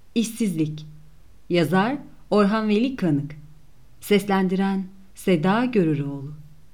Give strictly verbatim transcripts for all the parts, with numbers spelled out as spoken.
İşsizlik. Yazar Orhan Veli Kanık. Seslendiren Seda Görüroğlu.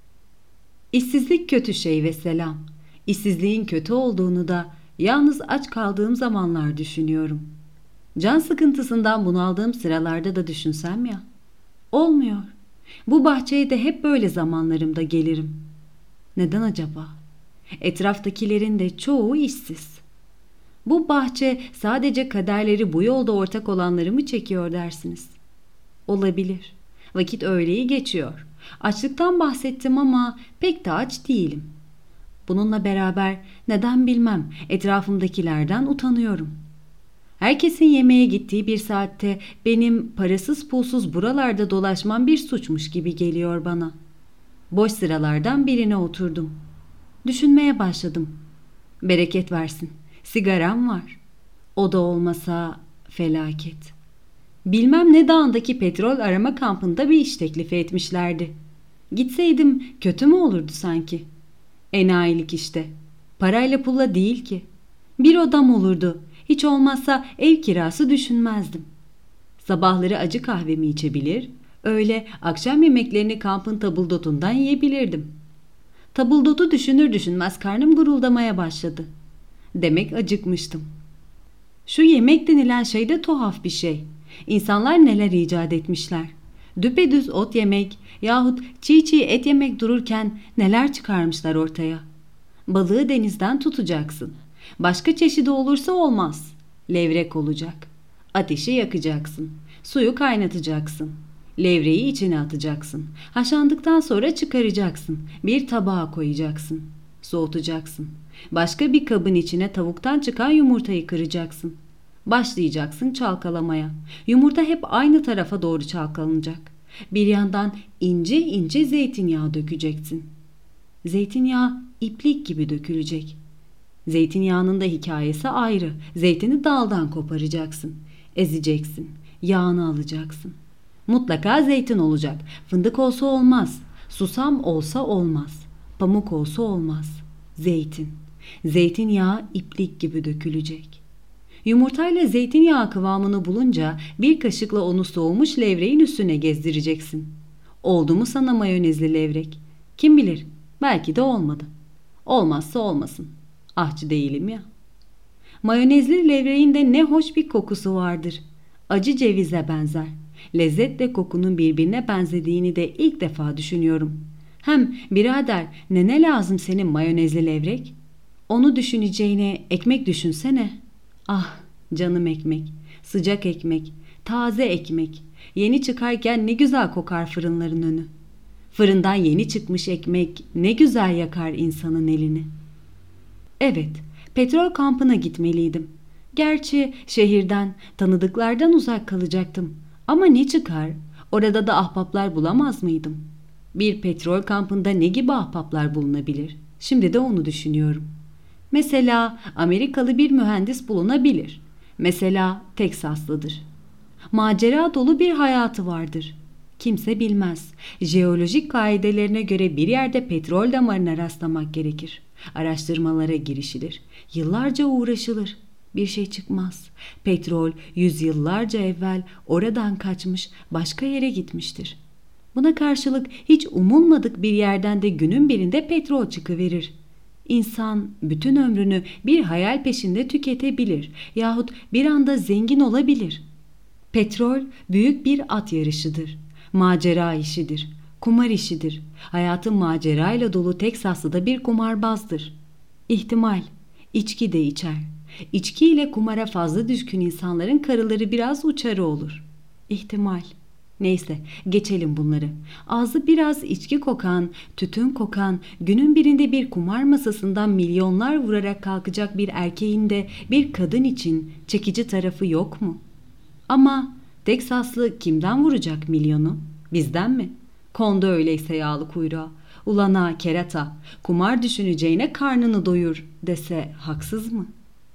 İşsizlik kötü şey ve selam. İşsizliğin kötü olduğunu da yalnız aç kaldığım zamanlar düşünüyorum. Can sıkıntısından bunaldığım sıralarda da düşünsem ya. Olmuyor. Bu bahçeye de hep böyle zamanlarımda gelirim. Neden acaba? Etraftakilerin de çoğu işsiz. Bu bahçe sadece kaderleri bu yolda ortak olanları mı çekiyor dersiniz? Olabilir. Vakit öğleyi geçiyor. Açlıktan bahsettim ama pek de aç değilim. Bununla beraber neden bilmem etrafımdakilerden utanıyorum. Herkesin yemeğe gittiği bir saatte benim parasız pulsuz buralarda dolaşmam bir suçmuş gibi geliyor bana. Boş sıralardan birine oturdum. Düşünmeye başladım. Bereket versin. Sigaram var. O da olmasa felaket. Bilmem ne dağındaki petrol arama kampında bir iş teklifi etmişlerdi. Gitseydim kötü mü olurdu sanki? Enayilik işte. Parayla pulla değil ki. Bir odam olurdu. Hiç olmazsa ev kirası düşünmezdim. Sabahları acı kahvemi içebilir, öğle akşam yemeklerini kampın tabuldotundan yiyebilirdim. Tabuldotu düşünür düşünmez karnım guruldamaya başladı. Demek acıkmıştım. Şu yemek denilen şey de tuhaf bir şey. İnsanlar neler icat etmişler. Düpedüz ot yemek yahut çiğ çiğ et yemek dururken neler çıkarmışlar ortaya. Balığı denizden tutacaksın. Başka çeşidi olursa olmaz. Levrek olacak. Ateşi yakacaksın. Suyu kaynatacaksın. Levreyi içine atacaksın. Haşlandıktan sonra çıkaracaksın. Bir tabağa koyacaksın. Soğutacaksın. Başka bir kabın içine tavuktan çıkan yumurtayı kıracaksın. Başlayacaksın çalkalamaya. Yumurta hep aynı tarafa doğru çalkalanacak. Bir yandan ince ince zeytinyağı dökeceksin. Zeytinyağı iplik gibi dökülecek. Zeytinyağının da hikayesi ayrı. Zeytini daldan koparacaksın. Ezeceksin. Yağını alacaksın. Mutlaka zeytin olacak. Fındık olsa olmaz. Susam olsa olmaz. Pamuk olsa olmaz. Zeytin. Zeytinyağı iplik gibi dökülecek. Yumurtayla zeytinyağı kıvamını bulunca bir kaşıkla onu soğumuş levreğin üstüne gezdireceksin. Oldu mu sana mayonezli levrek? Kim bilir? Belki de olmadı. Olmazsa olmasın. Ahçı değilim ya. Mayonezli levreğin de ne hoş bir kokusu vardır. Acı cevize benzer. Lezzetle kokunun birbirine benzediğini de ilk defa düşünüyorum. Hem birader ne lazım senin mayonezli levrek? Onu düşüneceğine ekmek düşünsene. Ah canım ekmek, sıcak ekmek, taze ekmek. Yeni çıkarken ne güzel kokar fırınların önü. Fırından yeni çıkmış ekmek ne güzel yakar insanın elini. Evet, petrol kampına gitmeliydim. Gerçi şehirden, tanıdıklardan uzak kalacaktım. Ama ne çıkar? Orada da ahbaplar bulamaz mıydım? Bir petrol kampında ne gibi ahbaplar bulunabilir? Şimdi de onu düşünüyorum. Mesela Amerikalı bir mühendis bulunabilir. Mesela Teksaslıdır. Macera dolu bir hayatı vardır. Kimse bilmez. Jeolojik kaidelerine göre bir yerde petrol damarına rastlamak gerekir. Araştırmalara girişilir. Yıllarca uğraşılır. Bir şey çıkmaz. Petrol yüzyıllarca evvel oradan kaçmış, başka yere gitmiştir. Buna karşılık hiç umulmadık bir yerden de günün birinde petrol çıkıverir. İnsan bütün ömrünü bir hayal peşinde tüketebilir yahut bir anda zengin olabilir. Petrol büyük bir at yarışıdır. Macera işidir. Kumar işidir. Hayatı macerayla dolu Teksaslı da bir kumarbazdır. İhtimal, içki de içer. İçki ile kumara fazla düşkün insanların karıları biraz uçarı olur. İhtimal. Neyse geçelim bunları. Ağzı biraz içki kokan, tütün kokan, günün birinde bir kumar masasından milyonlar vurarak kalkacak bir erkeğin de bir kadın için çekici tarafı yok mu? Ama Teksaslı kimden vuracak milyonu? Bizden mi? Kondu öyleyse yağlı kuyruğa. Ulana kerata, kumar düşüneceğine karnını doyur dese haksız mı?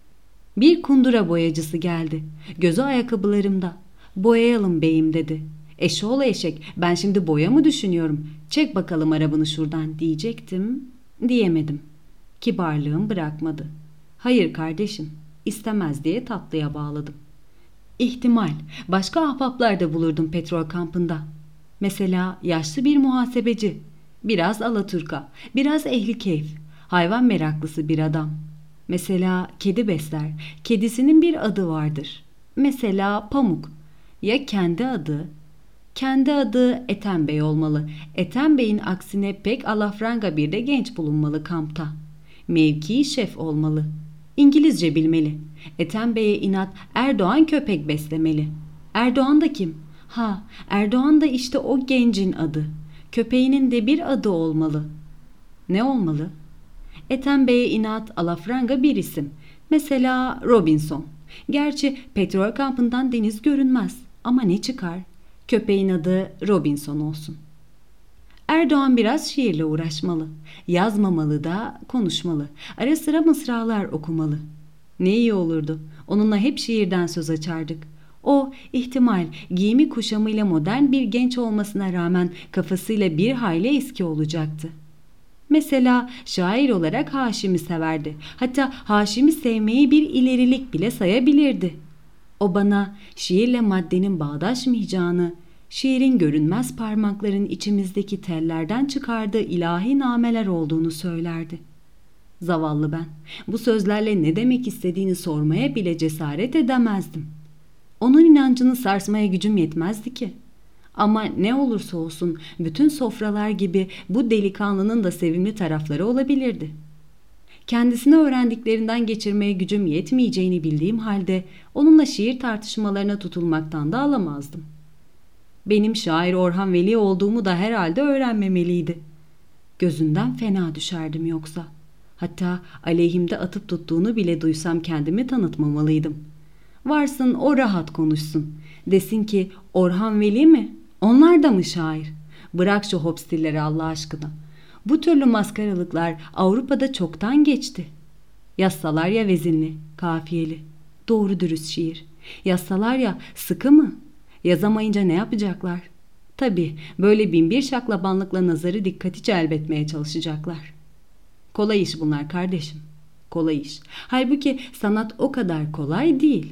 Bir kundura boyacısı geldi. Gözü ayakkabılarımda. Boyayalım beyim dedi. Eşoğlu eşek, ben şimdi boya mı düşünüyorum? Çek bakalım arabanı şuradan diyecektim. Diyemedim. Kibarlığım bırakmadı. Hayır kardeşim, istemez diye tatlıya bağladım. İhtimal, başka ahbaplar da bulurdum petrol kampında. Mesela yaşlı bir muhasebeci, biraz alaturka, biraz ehli keyif, hayvan meraklısı bir adam. Mesela kedi besler, kedisinin bir adı vardır. Mesela Pamuk. Ya kendi adı? Kendi adı Ethem Bey olmalı. Ethem Bey'in aksine pek alafranga bir de genç bulunmalı kampta. Mevki şef olmalı. İngilizce bilmeli. Ethem Bey'e inat Erdoğan köpek beslemeli. Erdoğan da kim? Ha, Erdoğan da işte o gencin adı. Köpeğinin de bir adı olmalı. Ne olmalı? Ethem Bey'e inat alafranga bir isim. Mesela Robinson. Gerçi petrol kampından deniz görünmez. Ama ne çıkar? Köpeğin adı Robinson olsun. Erdoğan biraz şiirle uğraşmalı. Yazmamalı da konuşmalı. Ara sıra mısralar okumalı. Ne iyi olurdu. Onunla hep şiirden söz açardık. O, ihtimal giyimi kuşamıyla modern bir genç olmasına rağmen kafasıyla bir hayli eski olacaktı. Mesela şair olarak Haşim'i severdi. Hatta Haşim'i sevmeyi bir ilerilik bile sayabilirdi. O bana şiirle maddenin bağdaşmayacağını, şiirin görünmez parmakların içimizdeki tellerden çıkardığı ilahi nameler olduğunu söylerdi. Zavallı ben, bu sözlerle ne demek istediğini sormaya bile cesaret edemezdim. Onun inancını sarsmaya gücüm yetmezdi ki. Ama ne olursa olsun bütün sofralar gibi bu delikanlının da sevimli tarafları olabilirdi. Kendisine öğrendiklerinden geçirmeye gücüm yetmeyeceğini bildiğim halde onunla şiir tartışmalarına tutulmaktan da alamazdım. Benim şair Orhan Veli olduğumu da herhalde öğrenmemeliydi. Gözünden fena düşerdim yoksa. Hatta aleyhimde atıp tuttuğunu bile duysam kendimi tanıtmamalıydım. Varsın o rahat konuşsun. Desin ki Orhan Veli mi? Onlar da mı şair? Bırak şu hopstilleri Allah aşkına. Bu türlü maskaralıklar Avrupa'da çoktan geçti. Yazsalar ya vezinli, kafiyeli, doğru dürüst şiir. Yazsalar ya sıkı mı? Yazamayınca ne yapacaklar? Tabii böyle binbir şaklabanlıkla nazarı dikkati celbetmeye çalışacaklar. Kolay iş bunlar kardeşim. Kolay iş. Halbuki sanat o kadar kolay değil.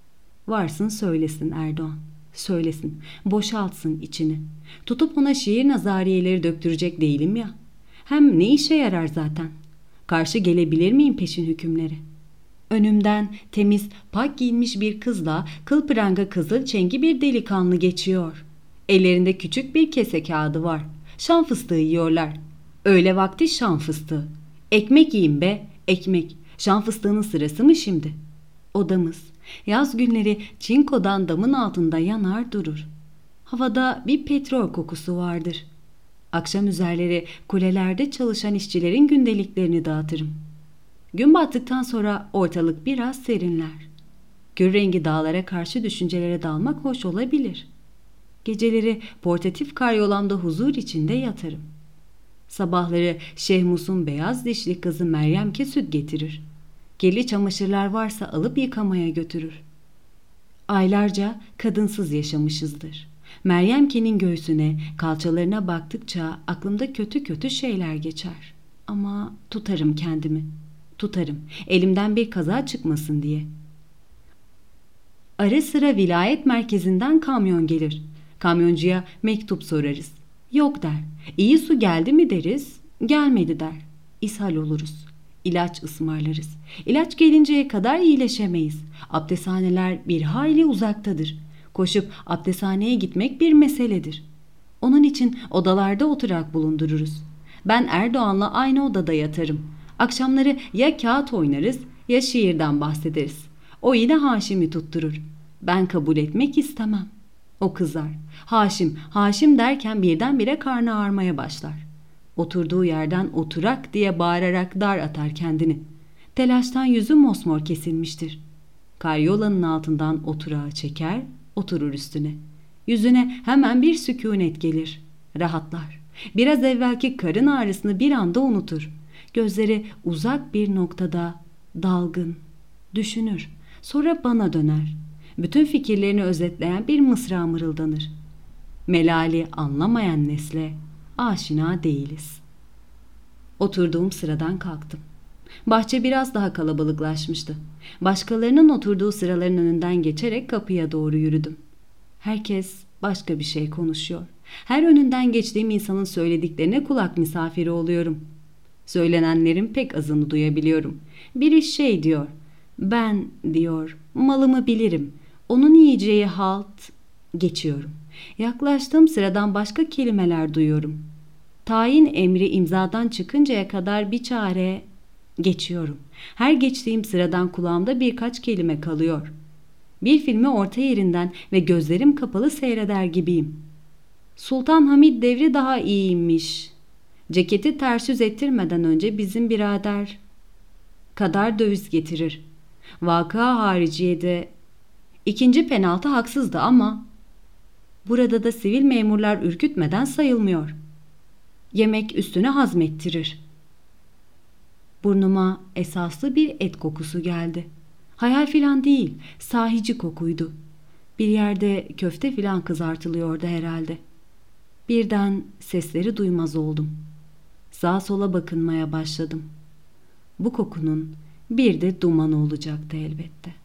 Varsın söylesin Erdoğan. Söylesin. Boşaltsın içini. Tutup ona şiir nazariyeleri döktürecek değilim ya. Hem ne işe yarar zaten? Karşı gelebilir miyim peşin hükümleri? Önümden temiz, pak giyinmiş bir kızla kıl pranga kızıl çengi bir delikanlı geçiyor. Ellerinde küçük bir kese kağıdı var. Şan fıstığı yiyorlar. Öğle vakti şan fıstığı. Ekmek yiyin be, ekmek. Şan fıstığının sırası mı şimdi? Odamız. Yaz günleri çinkodan damın altında yanar durur. Havada bir petrol kokusu vardır. Akşam üzerleri kulelerde çalışan işçilerin gündeliklerini dağıtırım. Gün battıktan sonra ortalık biraz serinler. Gül rengi dağlara karşı düşüncelere dalmak hoş olabilir. Geceleri portatif karyolamda huzur içinde yatarım. Sabahları Şehmus'un beyaz dişli kızı Meryem'ke süt getirir. Kirli çamaşırlar varsa alıp yıkamaya götürür. Aylarca kadınsız yaşamışızdır. Meryemke'nin göğsüne, kalçalarına baktıkça aklımda kötü kötü şeyler geçer. Ama tutarım kendimi. Tutarım, elimden bir kaza çıkmasın diye. Ara sıra vilayet merkezinden kamyon gelir. Kamyoncuya mektup sorarız. Yok der. İyi su geldi mi deriz. Gelmedi der. İshal oluruz. İlaç ısmarlarız. İlaç gelinceye kadar iyileşemeyiz. Abdesthaneler bir hayli uzaktadır. Koşup abdesthaneye gitmek bir meseledir. Onun için odalarda oturak bulundururuz. Ben Erdoğan'la aynı odada yatarım. Akşamları ya kağıt oynarız ya şiirden bahsederiz. O yine Haşim'i tutturur. Ben kabul etmek istemem. O kızar. Haşim, Haşim derken birdenbire karnı ağrımaya başlar. Oturduğu yerden oturak diye bağırarak dar atar kendini. Telaştan yüzü mosmor kesilmiştir. Karyolanın altından oturağı çeker, oturur üstüne. Yüzüne hemen bir sükûnet gelir. Rahatlar. Biraz evvelki karın ağrısını bir anda unutur. Gözleri uzak bir noktada dalgın. Düşünür. Sonra bana döner. Bütün fikirlerini özetleyen bir mısra mırıldanır. Melali anlamayan nesle aşina değiliz. Oturduğum sıradan kalktım. Bahçe biraz daha kalabalıklaşmıştı. Başkalarının oturduğu sıraların önünden geçerek kapıya doğru yürüdüm. Herkes başka bir şey konuşuyor. Her önünden geçtiğim insanın söylediklerine kulak misafiri oluyorum. Söylenenlerin pek azını duyabiliyorum. Biri şey diyor, ben diyor, malımı bilirim, onun yiyeceği halt, geçiyorum. Yaklaştığım sıradan başka kelimeler duyuyorum. Tayin emri imzadan çıkıncaya kadar bir çare, geçiyorum. Her geçtiğim sıradan kulağımda birkaç kelime kalıyor. Bir filmi orta yerinden ve gözlerim kapalı seyreder gibiyim. Sultan Hamid devri daha iyiymiş. Ceketi ters yüz ettirmeden önce bizim birader kadar döviz getirir. Vaka hariciyede ikinci penaltı haksızdı ama burada da sivil memurlar ürkütmeden sayılmıyor. Yemek üstüne hazmettirir. Burnuma esaslı bir et kokusu geldi. Hayal filan değil, sahici kokuydu. Bir yerde köfte filan kızartılıyordu herhalde. Birden sesleri duymaz oldum. Sağa sola bakınmaya başladım. Bu kokunun bir de dumanı olacaktı elbette.